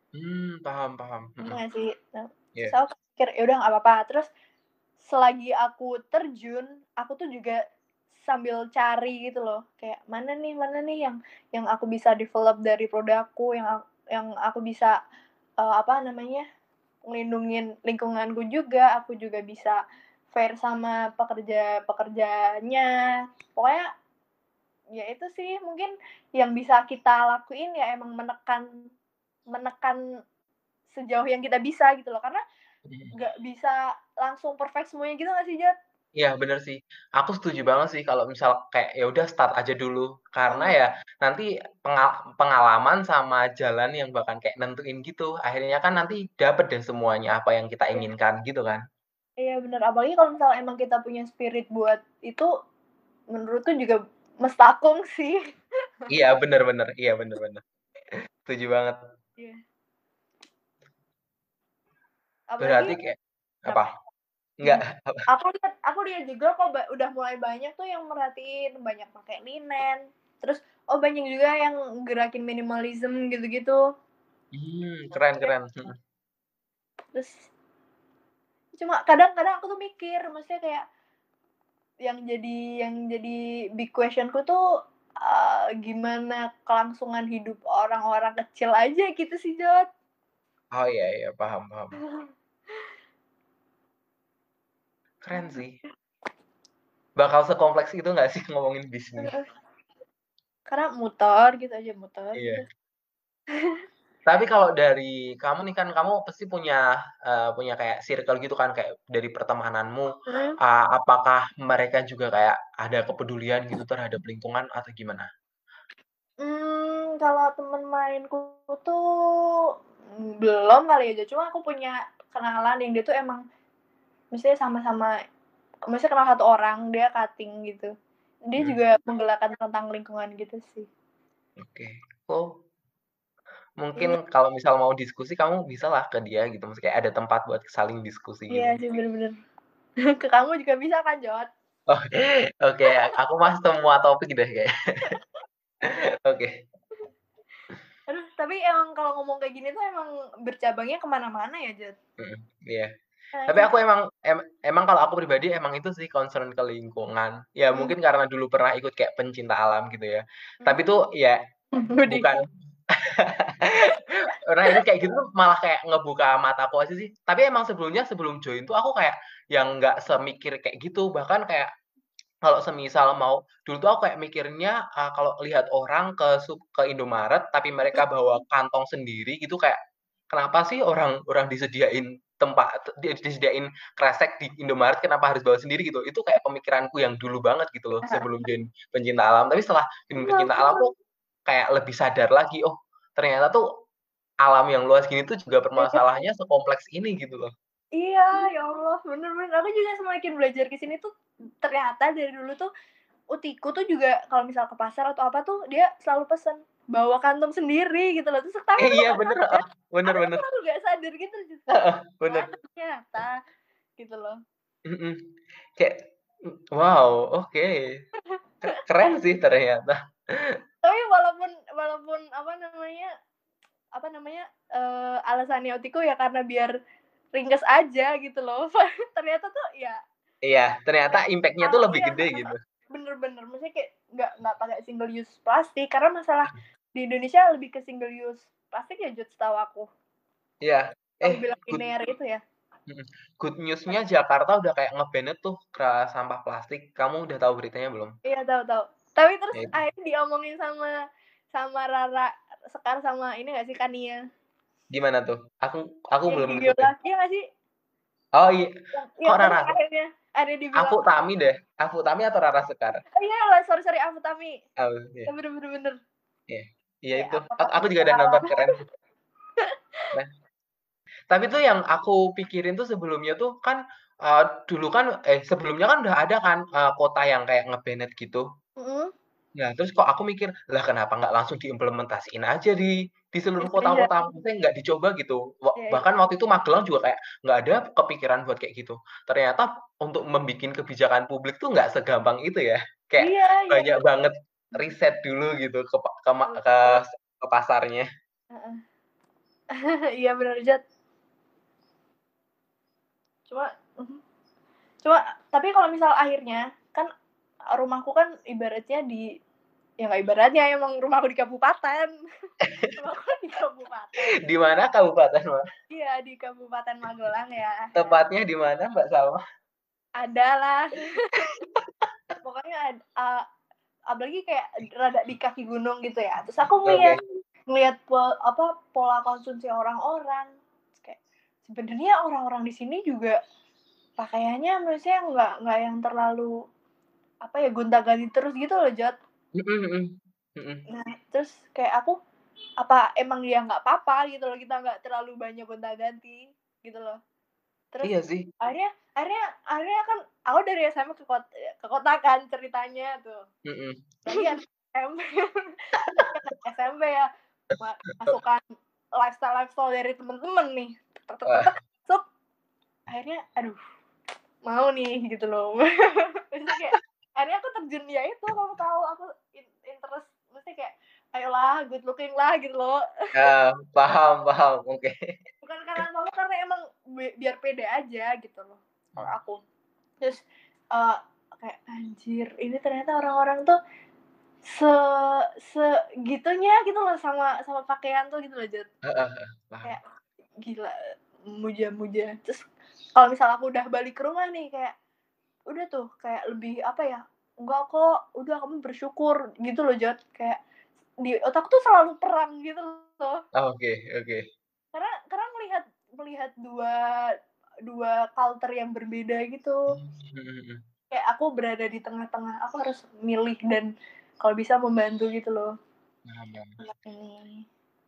Paham paham, Bener mhm, nggak sih? Nah, terus iya. aku pikir, "Ya udah nggak apa-apa." Terus selagi aku terjun, aku tuh juga sambil cari gitu loh, kayak mana nih yang aku bisa develop dari produkku, yang aku bisa, apa namanya, ngelindungin lingkunganku juga, aku juga bisa fair sama pekerjanya. Pokoknya ya itu sih mungkin yang bisa kita lakuin ya emang menekan menekan sejauh yang kita bisa gitu loh, karena Mhm. nggak bisa langsung perfect semuanya gitu nggak sih, Jat? Iya bener sih, aku setuju banget sih kalau misal kayak ya udah start aja dulu, karena ya nanti pengalaman sama jalan yang bakal kayak nentuin gitu, akhirnya kan nanti dapet deh semuanya apa yang kita Iya inginkan gitu kan. iya bener, apalagi kalau misalnya emang kita punya spirit buat itu, menurutku juga mestakung sih. Iya bener bener, iya bener bener, setuju banget. Iya, apalagi Berarti kayak apa? kenapa? Enggak, apa? Aku lihat juga kok udah mulai banyak tuh yang merhatiin, banyak pakai linen, terus, oh banyak juga yang gerakin minimalism gitu-gitu. Keren keren, mhm. Terus cuma kadang-kadang aku tuh mikir, maksudnya kayak yang jadi big question-ku tuh, gimana kelangsungan hidup orang-orang kecil aja gitu sih, Jod. Oh iya iya, paham paham. Keren sih. Bakal sekompleks itu nggak sih ngomongin bisnis? Heeh. Karena muter gitu aja, muter Iya. gitu. Tapi kalau dari kamu nih kan kamu pasti punya kayak circle gitu kan, kayak dari pertemananmu, Mhm. apakah mereka juga kayak ada kepedulian gitu terhadap lingkungan atau gimana? Kalau temen mainku tuh, belum kali ya, cuma aku punya kenalan yang dia tuh emang maksudnya sama-sama maksudnya kenal satu orang, dia cutting gitu. Dia juga Mhm, menggerakkan tentang lingkungan gitu sih. oke. Oh, mungkin Iya kalau misal mau diskusi kamu bisalah ke dia gitu, maksudnya kayak ada tempat buat saling diskusi iya gitu. sih, bener bener. Ke kamu juga bisa kan, Jod? Oh, oke, aku mah semua topik deh kayaknya. Oke, Aduh, tapi emang kalau ngomong kayak gini tuh emang bercabangnya ke mana-mana ya, Jod? mhm, iya. Iya Tapi sih? aku emang kalau aku pribadi emang itu sih concern ke lingkungan. Ya Mhm mungkin karena dulu pernah ikut kayak pencinta alam gitu ya. Tapi mhm. tuh ya Widih. bukan pernah ikut kayak gitu tuh malah kayak ngebuka mataku aja sih. Tapi emang sebelumnya sebelum join tuh aku kayak yang nggak semikir kayak gitu. Bahkan kayak kalau semisal mau dulu tuh aku kayak mikirnya, kalau lihat orang ke Indomaret tapi mereka bawa kantong sendiri gitu kayak, kenapa sih orang orang disediain disediain kresek di Indomaret kenapa harus bawa sendiri gitu. Itu kayak pemikiranku yang dulu banget gitu loh sebelum join pencinta alam. Tapi setelah join pencinta alam tuh kayak lebih sadar lagi, oh ternyata tuh alam yang luas gini tuh juga Iya. permasalahannya sekompleks ini gitu loh. Iya, ya Allah, bener bener. Aku juga semakin belajar ke sini tuh, ternyata dari dulu tuh, utiku tuh juga kalau misal ke pasar atau apa tuh, dia selalu pesen, bawa kantong sendiri gitu loh, terus tapi aku tuh Iya nggak bener, sadar, bener aku tuh bener. selalu nggak sadar gitu, Heeh, wah bener. ternyata, gitu loh. Mhm. Kayak, wow, oke. Keren sih ternyata. Tapi walaupun walaupun apa namanya, alasannya utiku ya karena biar ringkes aja gitu loh, ternyata tuh ya Iya, ternyata kayak impact-nya tuh lebih iya, gede gitu. bener bener, maksudnya kayak nggak pakai single use plastik, karena masalah di Indonesia lebih ke single use plastik ya Jud, setahu aku. Iya. Kamu Eh, bilang good linear itu ya? mhm, good news-nya Jakarta udah kayak nge-ban tuh sampah plastik. Kamu udah tahu beritanya belum? Iya, tahu tahu. Tapi terus Ya itu. akhirnya diomongin sama sama Rara Sekar sama ini nggak sih, Kania, Gimana tuh? Aku yang belum di ngikutin. Biolas, iya nggak sih? Oh iya, Yang kok terus Rara? akhirnya Aku dibilang, Tami deh. Aku Tami atau Rara Sekar? "Oh iya lah, sorry sorry, Afutami." Oh, Ya iya. bener bener bener. Iya. Iya Kayak itu. apakah Aku aku juga udah salah? nonton, keren. Nah, tapi tuh yang aku pikirin tuh sebelumnya tuh kan, dulu kan sebelumnya kan udah ada kan, kota yang kayak nge-ban gitu. Mhm, Nah, terus kok aku mikir, "Lah kenapa nggak langsung diimplementasiin aja di di seluruh Indonesia. kota-kota? Maksudnya nggak dicoba gitu?" Iya iya. Bahkan waktu itu Magelang juga kayak nggak ada kepikiran buat kayak gitu. Ternyata untuk membikin kebijakan publik tuh nggak segampang itu ya. Kayak Iya iya, banyak banget riset dulu gitu ke pa ke ma betul ke betul. ke pasarnya. Heeh. Iya bener, Jat. Cuma mhm, cuma tapi kalau misal akhirnya, kan rumahku kan ibaratnya ya nggak ibaratnya, emang rumahku di kabupaten. Rumahku di kabupaten. Di mana kabupaten, Mbak? Iya, di Kabupaten Magelang ya, ya. Tepatnya di mana, Mbak Salma? Ada lah. Pokoknya apalagi kayak rada di kaki gunung gitu ya. Terus aku Oke. ngelihat pola konsumsi orang-orang. Terus kayak sebenarnya orang-orang di sini juga pakaiannya maksudnya nggak yang terlalu apa ya, gonta-ganti terus gitu loh, Jot. Mhm mhm. Mhm. Nah, terus kayak aku, apa emang ya nggak apa-apa gitu loh, kita nggak terlalu banyak gonta-ganti gitu loh. Terus Iya sih. akhirnya akhirnya akhirnya kan aku dari SMA ke kota kan ceritanya tuh. Mhm. Lagi anak SMP, lagi anak SMP ya, masukan lifestyle-lifestyle dari temen-temen nih, tek tek tek tek Wah, tek, masuk, akhirnya aduh mau nih gitu loh. Maksudnya kayak akhirnya aku terjun ya itu, kamu tahu aku interest, maksudnya kayak ayolah good looking lah gitu loh. paham paham, oke. Bukan karena apa, karena emang biar pede aja gitu loh kalau aku. Terus kayak anjir ini ternyata orang-orang tuh se segitunya gitu loh sama sama pakaian tuh gitu loh, Jat. Heeh heeh, paham. Kayak gila, muja-muja. Terus kalau misal aku udah balik ke rumah nih, kayak udah tuh kayak lebih apa ya, "Enggak kok, udah kamu bersyukur," gitu loh, Jat. Kayak di otak tuh selalu perang gitu loh. Oke oke. Karena melihat melihat dua dua culture yang berbeda gitu. Mhm mhm. Kayak aku berada di tengah-tengah, aku harus milih dan kalau bisa membantu gitu loh, Paham paham. anak ini.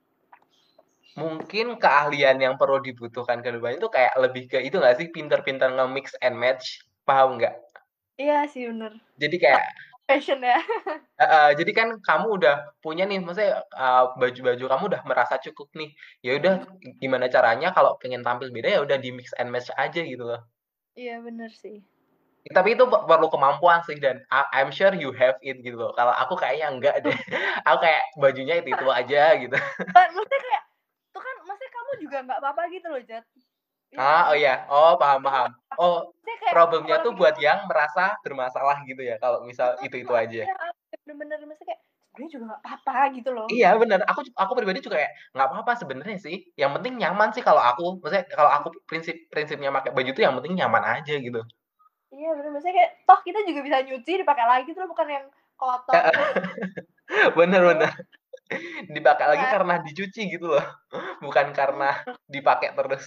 Mungkin keahlian yang perlu dibutuhkan ke depannya itu kayak lebih ke itu nggak sih, pinter-pinter nge-mix and match, paham nggak? Iya sih bener, Jadi kayak passion ya. heeh, jadi kan kamu udah punya nih, maksudnya, baju-baju kamu udah merasa cukup nih, ya udah Mhm, gimana caranya kalau pengen tampil beda ya udah di-mix and match aja gitu loh. iya bener sih. Tapi itu perlu kemampuan sih dan I'm sure you have it gitu loh. Kalau aku kayaknya enggak deh. Aku kayak bajunya itu-itu aja gitu. Kan maksudnya kayak tuh kan maksudnya kamu juga nggak apa-apa gitu loh, Jat, iya Ah, oh kan? iya. Oh, paham Kamu paham. nggak apa-apa, Oh, maksudnya kayak problemnya orang tuh mikir buat tuh yang merasa bermasalah gitu ya, kalau misal itu-itu aja. iya, bener-bener maksudnya kayak sebenarnya juga nggak apa-apa gitu loh. Iya bener, aku pribadi juga kayak, nggak apa-apa sebenarnya sih, yang penting nyaman sih kalau aku. Maksudnya kalau aku prinsipnya pakai baju itu yang penting nyaman aja gitu. Iya bener, maksudnya kayak toh kita juga bisa nyuci dipakai lagi tuh, bukan yang kotor terus Heeh, bener gitu, bener. Dipakai iya lagi kan? karena dicuci gitu loh, bukan karena Mhm. dipakai terus.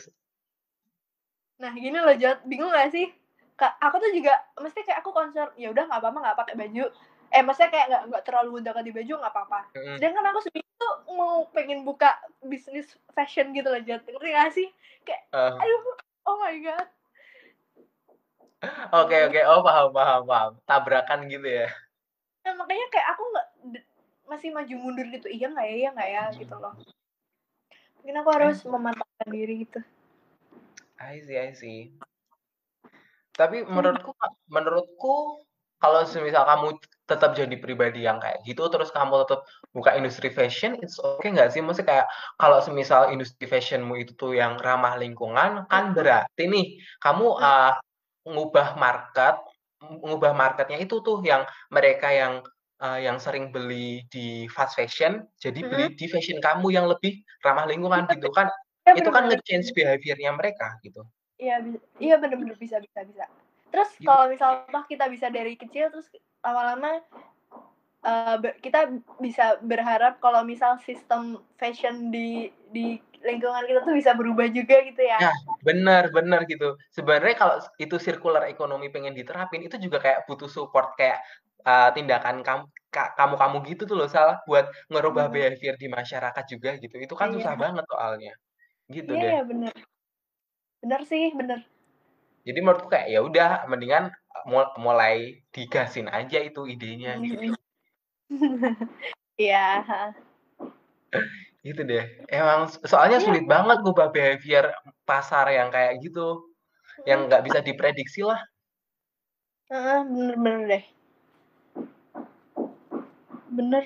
Nah gini loh, Jat, bingung gak sih? Kak, aku tuh juga mesti kayak aku concern, ya udah nggak apa-apa nggak pakai baju, Maksudnya kayak nggak terlalu dekat di baju nggak apa-apa. Sedangkan aku sendiri tuh mau pengen buka bisnis fashion gitu loh, Jat. Ngerti nggak sih? Kayak, aduh, oh my god. Oke. Oh, paham. Tabrakan gitu ya? Nah, makanya kayak aku masih maju mundur gitu. Iya nggak ya, gitu loh. Mungkin aku harus memantapkan diri gitu. I see. Tapi menurutku kalau semisal kamu tetap jadi pribadi yang kayak gitu, terus kamu tetap buka industri fashion, it's okay nggak sih? Maksudnya kayak kalau semisal industri fashionmu itu tuh yang ramah lingkungan, kan berarti nih kamu ngubah marketnya itu tuh yang mereka yang sering beli di fast fashion, jadi beli di fashion kamu yang lebih ramah lingkungan gitu kan? Ya, Itu kan bener-bener. nge-change behavior-nya mereka gitu. Iya bener-bener bisa. Terus Gitu. kalau misalnya kita bisa dari kecil, terus lama-lama kita bisa berharap kalau misal sistem fashion di lingkungan kita tuh bisa berubah juga gitu ya. Nah, bener gitu. Sebenarnya kalau itu circular economy pengen diterapin, itu juga kayak butuh support kayak, tindakan kamu gitu tuh loh, Sal, buat ngerubah behavior di masyarakat juga gitu. Itu kan susah Iya. banget soalnya. Gitu deh. Iya bener. Bener sih, bener. Jadi menurutku kayak ya udah mendingan mulai digasin aja itu idenya gitu. Iya, Gitu deh. Emang soalnya Iya. sulit banget ngubah behavior pasar yang kayak gitu, yang nggak bisa diprediksi lah. Bener deh. Bener.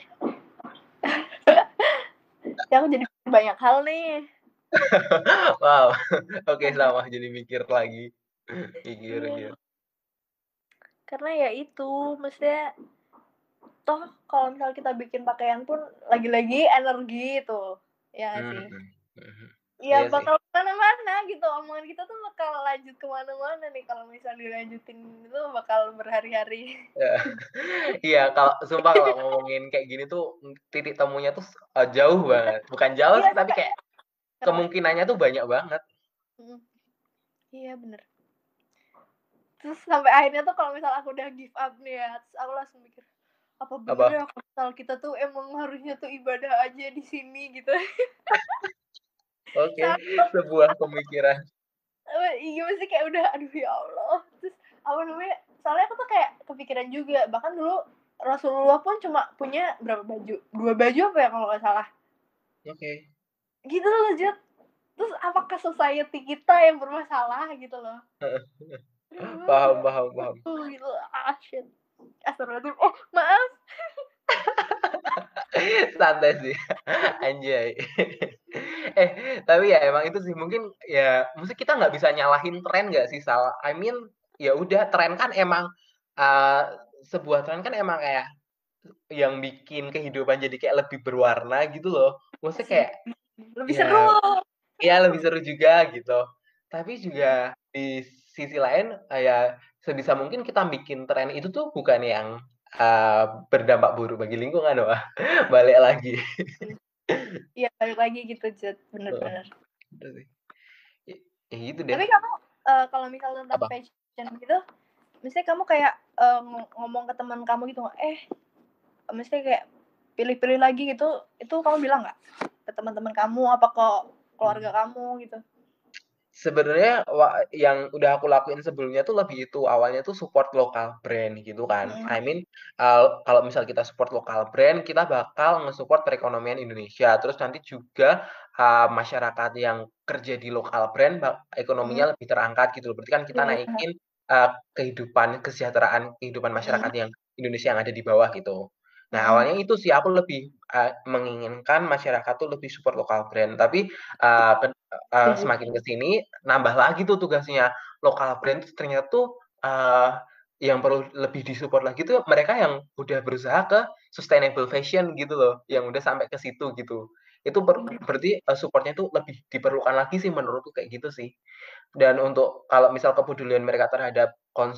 Ya aku jadi banyak hal nih. Wow, oke sama jadi mikir lagi. Mikir. Iya. Karena ya itu, maksudnya toh kalau misal kita bikin pakaian pun lagi-lagi energi itu. Ya nggak sih? Iya Ya sih. bakal kemana-mana gitu, omongan kita tuh bakal lanjut kemana-mana nih kalau misal dilanjutin itu bakal berhari-hari. Iya, sumpah kalau ngomongin kayak gini tuh titik temunya tuh jauh banget. Bukan jauh Iya sih, tapi sampai kayak kenapa? kemungkinannya tuh banyak banget. Iya bener. Terus sampai akhirnya tuh kalau misal aku udah give up nih ya, terus aku langsung mikir, apa bener Apa? ya kalau misal kita tuh emang harusnya tuh ibadah aja di sini gitu. Oke, sebuah pemikiran. Iya mesti kayak udah aduh ya Allah. Terus apa namanya? Soalnya aku tuh kayak kepikiran juga, bahkan dulu Rasulullah pun cuma punya berapa baju? 2 baju apa ya kalau nggak salah. Oke. Gitu loh, Jat. Terus apakah society kita yang bermasalah gitu loh. Paham. Gitu. Shit. Astagfirullahaladzim. Oh, maaf. Santai sih. Anjay. Tapi ya emang itu sih mungkin ya mesti kita nggak bisa nyalahin tren nggak sih, Sal? I mean, ya udah tren kan emang, eee, sebuah tren kan emang kayak yang bikin kehidupan jadi kayak lebih berwarna gitu loh. Maksudnya Sih. kayak, Lebih seru. ya iya lebih seru juga gitu. Tapi juga di sisi lain, ya sebisa mungkin kita bikin tren itu tuh bukan yang, berdampak buruk bagi lingkungan, wah balik lagi. Iya, balik lagi gitu, Jat. Heeh, Bener. itu sih. Ya ya gitu deh. Tapi kamu kalau misal tentang Apa? fashion gitu, misalnya kamu kayak ngomong ke teman kamu gitu, misalnya kayak pilih-pilih lagi gitu, itu kamu bilang nggak ke teman-teman kamu apa ke keluarga kamu gitu? Sebenarnya yang udah aku lakuin sebelumnya tuh lebih itu, awalnya tuh support lokal brand gitu kan. I mean, kalau misal kita support lokal brand, kita bakal nge-support perekonomian Indonesia. Terus nanti juga, masyarakat yang kerja di lokal brand ekonominya lebih terangkat gitu loh. Berarti kan kita Iya. naikin, kesejahteraan kehidupan Mhm. masyarakat yang Indonesia yang ada di bawah gitu. Nah, awalnya itu sih aku lebih, menginginkan masyarakat tuh lebih support lokal brand. Tapi, eee, Setuju. semakin ke sini nambah lagi tuh tugasnya. Lokal brand tuh ternyata tuh, yang perlu lebih di-support lagi tuh mereka yang udah berusaha ke sustainable fashion gitu loh, yang udah sampai ke situ gitu. Itu berarti, support-nya tuh lebih diperlukan lagi sih menurutku kayak gitu sih. Dan untuk kalau misal kepedulian mereka terhadap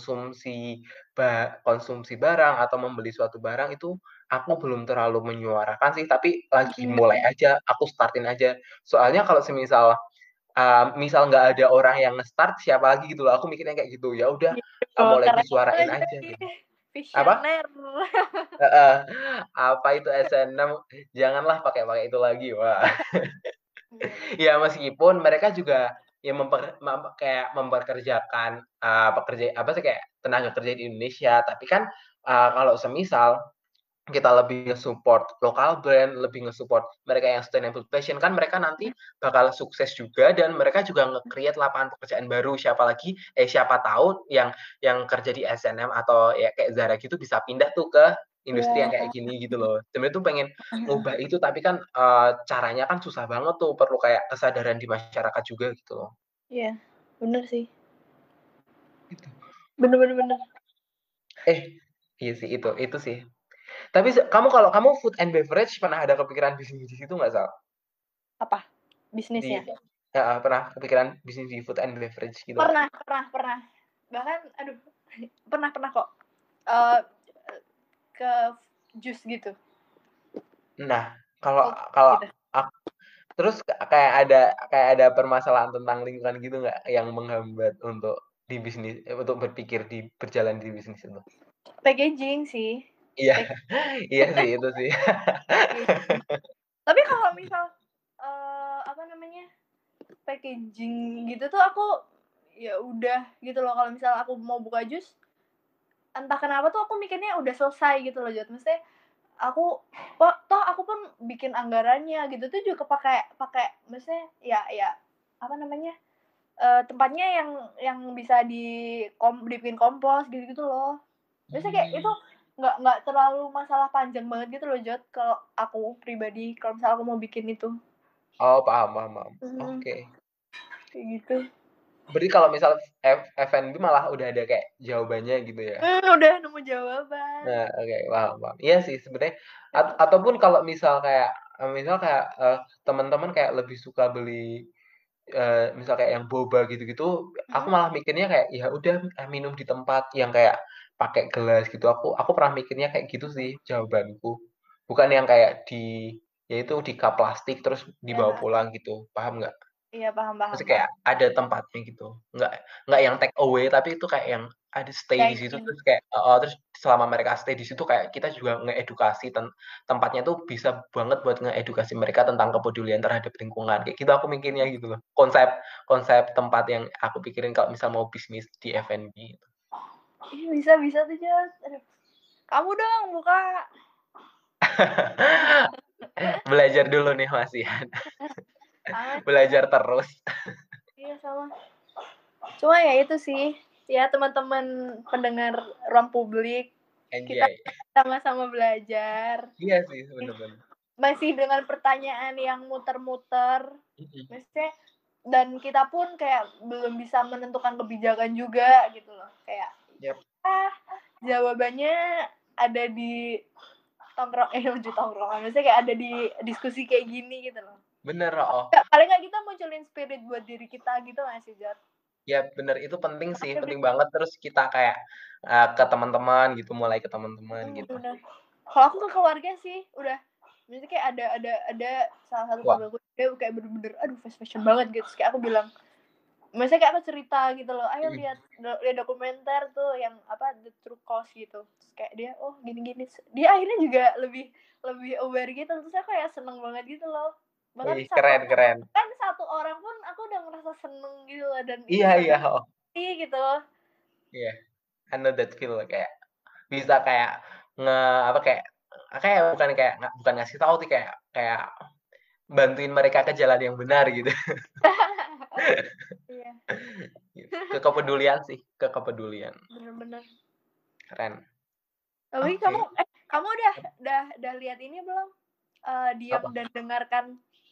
konsumsi barang atau membeli suatu barang itu aku belum terlalu menyuarakan sih, tapi lagi mulai aja, aku start-in aja. Soalnya kalau semisal misal nggak ada orang yang nge-start, siapa lagi gitu loh, aku mikirnya kayak gitu. Ya udah, Gitu, mulai keren disuarain aja aja nih. gitu. Apa? Visioner. Heeh, apa itu SNM, janganlah pakai itu lagi, wah. Iya bener. Ya meskipun mereka juga ya kayak memperkerjakan, pekerja apa sih, kayak tenaga kerja di Indonesia, tapi kan, kalau semisal kita lebih nge-support lokal brand, lebih nge-support mereka yang sustainable fashion, kan mereka nanti bakal sukses juga dan mereka juga nge-create lapangan pekerjaan baru. Siapa tahu yang kerja di S&M atau ya kayak Zara gitu bisa pindah tuh ke industri yang Iya. kayak gini gitu loh. Sebenarnya tuh pengen ngubah itu tapi kan, caranya kan susah banget tuh, perlu kayak kesadaran di masyarakat juga gitu loh. Iya, bener sih. Gitu. Bener bener bener. Eh, iya sih itu sih. Tapi kalau kamu food and beverage pernah ada kepikiran bisnis di situ nggak, Sal? Apa? Di Bisnisnya? heeh, pernah kepikiran bisnis di food and beverage gitu nggak? Pernah pernah pernah. Bahkan aduh, pernah kok, eee, ke jus gitu, Nah, kalau cold kalau gitu. ak terus kayak ada permasalahan tentang lingkungan gitu nggak, yang menghambat untuk untuk berjalan di bisnis itu? Packaging sih, Iya, pack iya sih itu sih. packaging. Tapi kalau misal, apa namanya, packaging gitu tuh aku, ya udah gitu loh, kalau misal aku mau buka jus, entah kenapa tuh aku mikirnya udah selesai gitu loh Jat, maksudnya aku toh aku pun bikin anggarannya gitu tuh juga pakai pakai maksudnya ya apa namanya, tempatnya yang bisa dibikin kompos gitu-gitu loh. Biasanya kayak itu Mmm, nggak terlalu masalah panjang banget gitu loh Jot, kalau aku pribadi, kalau misalnya aku mau bikin itu. oh paham paham paham. Mhm, Oke. kayak gitu. Berarti kalau misal F&B malah udah ada kayak jawabannya gitu ya? Udah nemu jawaban. Nah, oke, paham paham. Iya sih sebenarnya ataupun kalau misal kayak, teman-teman kayak lebih suka beli, misal kayak yang boba gitu-gitu, aku Mhm, malah mikirnya kayak, ya udah, minum di tempat yang kayak pakai gelas gitu, aku pernah mikirnya kayak gitu sih jawabanku. Bukan yang kayak ya itu di cup plastik terus iya, dibawa heeh. pulang gitu, paham nggak? Iya, paham paham Maksudnya paham. kayak ada tempatnya gitu, nggak yang take away, tapi itu kayak yang ada stay di Dine situ, in. terus kayak heeh, terus selama mereka stay di situ kayak kita juga ngedukasi tempatnya tuh bisa banget buat ngedukasi mereka tentang kepedulian terhadap lingkungan, kayak gitu aku mikirnya gitu loh. Konsep konsep tempat yang aku pikirin kalau misal mau bisnis di F&B gitu. Iya, bisa bisa tuh Jot, aduh. Kamu dong buka. Belajar dulu nih Mas Ian, Sama sama. belajar terus. Iya, sama. Cuma ya itu sih, ya teman-teman pendengar ruang publik, kita Anjay. sama-sama belajar. Iya sih, bener bener. Masih dengan pertanyaan yang muter-muter, Mhm. maksudnya dan kita pun kayak belum bisa menentukan kebijakan juga gitu loh. Kayak, Yap, ah, jawabannya ada di di tongkrongan, maksudnya kayak ada di diskusi kayak gini gitu loh. bener, heeh. Paling nggak kita munculin spirit buat diri kita gitu nggak sih, Jat? Ya bener, itu penting sih, Makanya penting banget. Terus kita kayak, ke teman-teman gitu, mulai ke teman-teman gitu. bener. Kalau aku ke keluarga sih udah maksudnya kayak ada salah satu Wah, keluargaku dia kayak bener-bener aduh fast fashion banget gitu. Terus kayak aku bilang, maksudnya kayak aku cerita gitu loh, "Ayo mhm, lihat dokumenter tuh yang apa The True Cost gitu." Terus kayak dia, "Oh, gini-gini." Dia akhirnya juga lebih lebih aware gitu. Terus aku kayak seneng banget gitu loh. Bahkan wih, keren keren. satu orang pun aku udah ngerasa seneng gitu loh dan itu Iya iya, seneng heeh, gitu. iya, I know that feel, kayak bisa kayak nge apa, kayak bukan ngasih tahu sih, kayak kayak bantuin mereka ke jalan yang benar gitu. Iya, Kepedulian sih, kepedulian, bener-bener. keren. Tapi Oke, kamu udah lihat ini belum? Diam apa dan Dengarkan,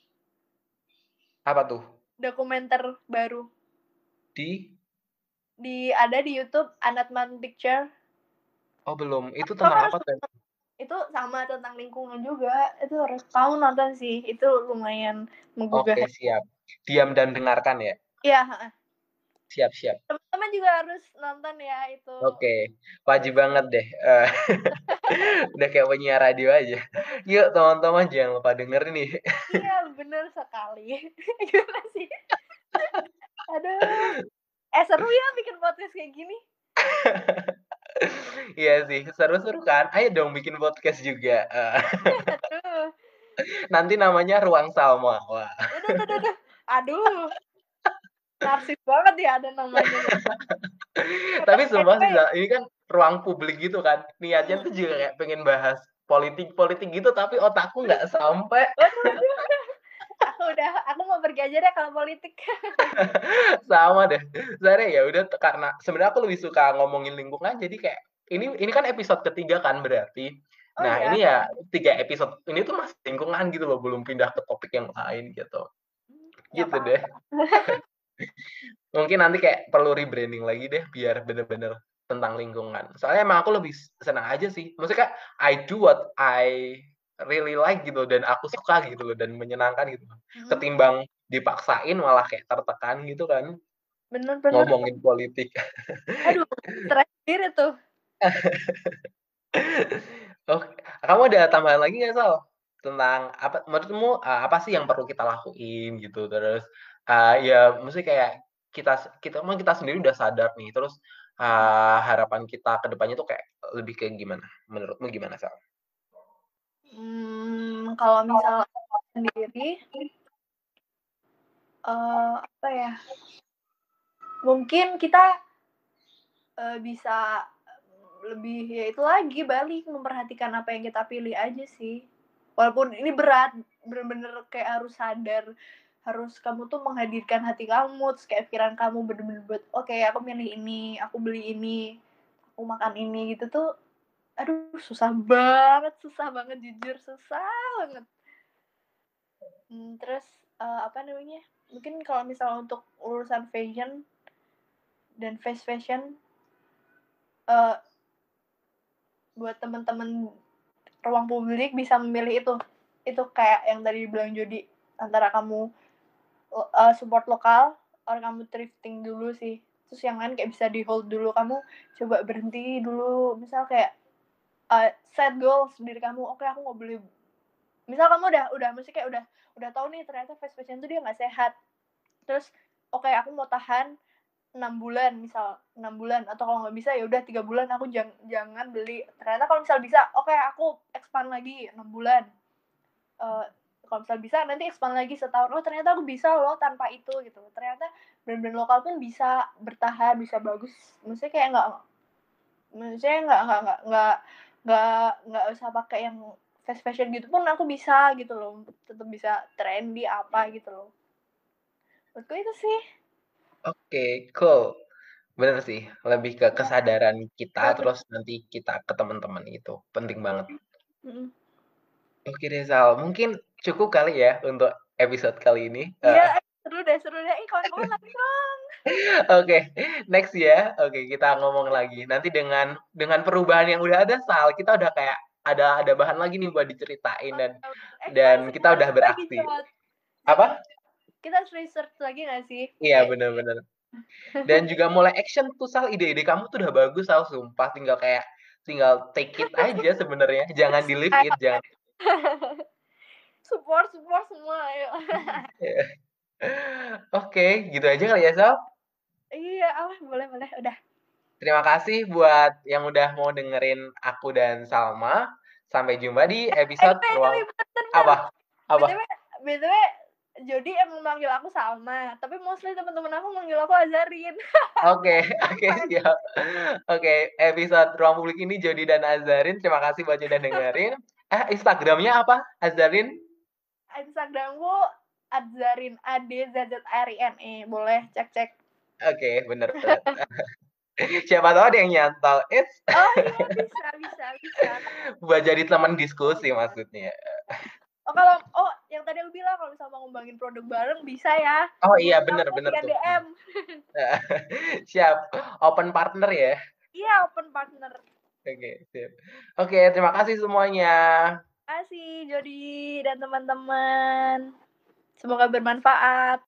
apa tuh? dokumenter baru Di ada di YouTube, Anatman Picture. oh belum, itu Kamu tentang harus apa tuh? itu sama tentang lingkungan juga. Itu harus kamu nonton sih. Itu lumayan menggugah Oke hati. siap, diam dan dengarkan ya? Iya, heeh. Siap siap. Teman-teman juga harus nonton ya itu. Oke, wajib Harus banget deh, udah kayak penyiar radio aja. Yuk teman-teman jangan lupa dengerin nih. iya, bener sekali. Gimana sih? Aduh. Seru ya bikin podcast kayak gini. Iya sih, seru-seru kan? Ayo dong bikin podcast juga, Aduh, nanti namanya Ruang Salma, wah. aduh aduh aduh, aduh, narsis banget ya ada namanya ya. Tapi sumpah sih, Anyway, Zal, ini kan ruang publik gitu kan, niatnya mhm, tuh juga kayak pengen bahas politik-politik gitu, tapi otakku nggak sampai. waduh waduh, aku mau pergi aja deh kalau politik. Sama deh. Sebenarnya ya udah karena sebenarnya aku lebih suka ngomongin lingkungan jadi kayak ini kan episode ketiga kan berarti. Oh Nah, iya? ini ya 3 episode ini tuh masih lingkungan gitu loh, belum pindah ke topik yang lain gitu. Nggak Gitu deh. apa-apa. Mungkin nanti kayak perlu rebranding lagi deh biar bener-bener tentang lingkungan. Soalnya emang aku lebih senang aja sih. Maksudnya kayak I do what I really like gitu dan aku suka gitu loh dan menyenangkan gitu. Mhm, Ketimbang dipaksain malah kayak tertekan gitu kan. bener bener. Ngomongin politik. Aduh, stres sendiri tuh. Oh, kamu ada tambahan lagi nggak, Sal? Tentang apa menurutmu, apa sih yang perlu kita lakuin gitu? Terus, ya maksudnya kayak kita sendiri udah sadar nih, terus, harapan kita ke depannya tuh kayak lebih kayak gimana? Menurutmu gimana, Sal? Kalau misal sendiri, apa ya, mungkin kita, bisa lebih ya itu lagi, balik memperhatikan apa yang kita pilih aja sih. Walaupun ini berat, bener-bener kayak harus sadar, harus kamu tuh menghadirkan hati kamu, terus kayak pikiran kamu bener-bener buat, "Oke, aku milih ini, aku beli ini, aku makan ini," gitu tuh, aduh susah banget jujur, susah banget. Terus, apa namanya, mungkin kalau misal untuk urusan fashion dan fast fashion, eee, buat temen-temen ruang publik bisa memilih itu. Itu kayak yang tadi dibilang Jody, antara kamu, support lokal or kamu thrifting dulu sih. Terus yang lain kayak bisa di-hold dulu, kamu coba berhenti dulu, misal kayak, set goals diri kamu, "Oke, aku mau beli." Misal kamu udah maksudnya kayak udah tahu nih ternyata fast fashion tuh dia nggak sehat. Terus, oke aku mau tahan 6 bulan misal, 6 bulan atau kalau nggak bisa ya udah 3 bulan aku jangan beli. Ternyata kalau misal bisa, oke aku expand lagi 6 bulan. Eee, kalau misal bisa nanti expand lagi setahun, oh ternyata aku bisa loh tanpa itu gitu. Ternyata brand-brand lokal pun bisa bertahan, bisa bagus. Maksudnya kayak maksudnya nggak usah pakai yang fast fashion gitu pun aku bisa gitu loh, tetap bisa trendy apa gitu loh. Menurutku itu sih. Oke, cool. Bener sih, lebih ke Iya, kesadaran kita, bener terus nanti kita ke teman-teman itu, penting banget. bener. Mhm. Oke deh, Sal, mungkin cukup kali ya untuk episode kali ini, Iya, seru deh, ih kawan-kawan lagi dong. Oke, next ya. Oke, kita ngomong lagi. Nanti dengan perubahan yang udah ada, Sal, kita udah kayak ada bahan lagi nih buat diceritain dan Kita harus kita udah research lagi beraksi. Jod. Jod, Apa? kita harus research lagi nggak sih? Iya, Kayak bener bener. Dan juga mulai action tuh, Sal, ide-ide kamu tuh udah bagus, Sal, sumpah. Tinggal take it aja sebenarnya. Jangan di-leave ayo it, jangan. support semua ayo. Oke, gitu aja kali ya, Sal. Iya, boleh boleh, udah. Terima kasih buat yang udah mau dengerin aku dan Salma. Sampai jumpa di episode Anyway, ruang bentar. apa? Apa? BTW BTW Jody emang manggil aku Salma, tapi mostly teman-teman aku manggil aku Azarin. Oke, oke, siap. Oke, episode Ruang Publik ini Jody dan Azarin, terima kasih buat udah dengerin. Instagramnya apa, Azarin? Instagramku Adzarin, ADZZRINE. Boleh cek-cek. Oke, bener bener. Siapa tahu ada yang nyantol. Oh iya, bisa. Buat jadi teman diskusi maksudnya. Yang tadi aku bilang kalau misalnya mau ngembangin produk bareng bisa ya. Oh Hubungi iya, bener aku bener via tuh. DM. Siap, open partner ya. Iya, open partner. Oke, sip. Oke, terima kasih semuanya. Terima kasih Jody dan teman-teman. Semoga bermanfaat.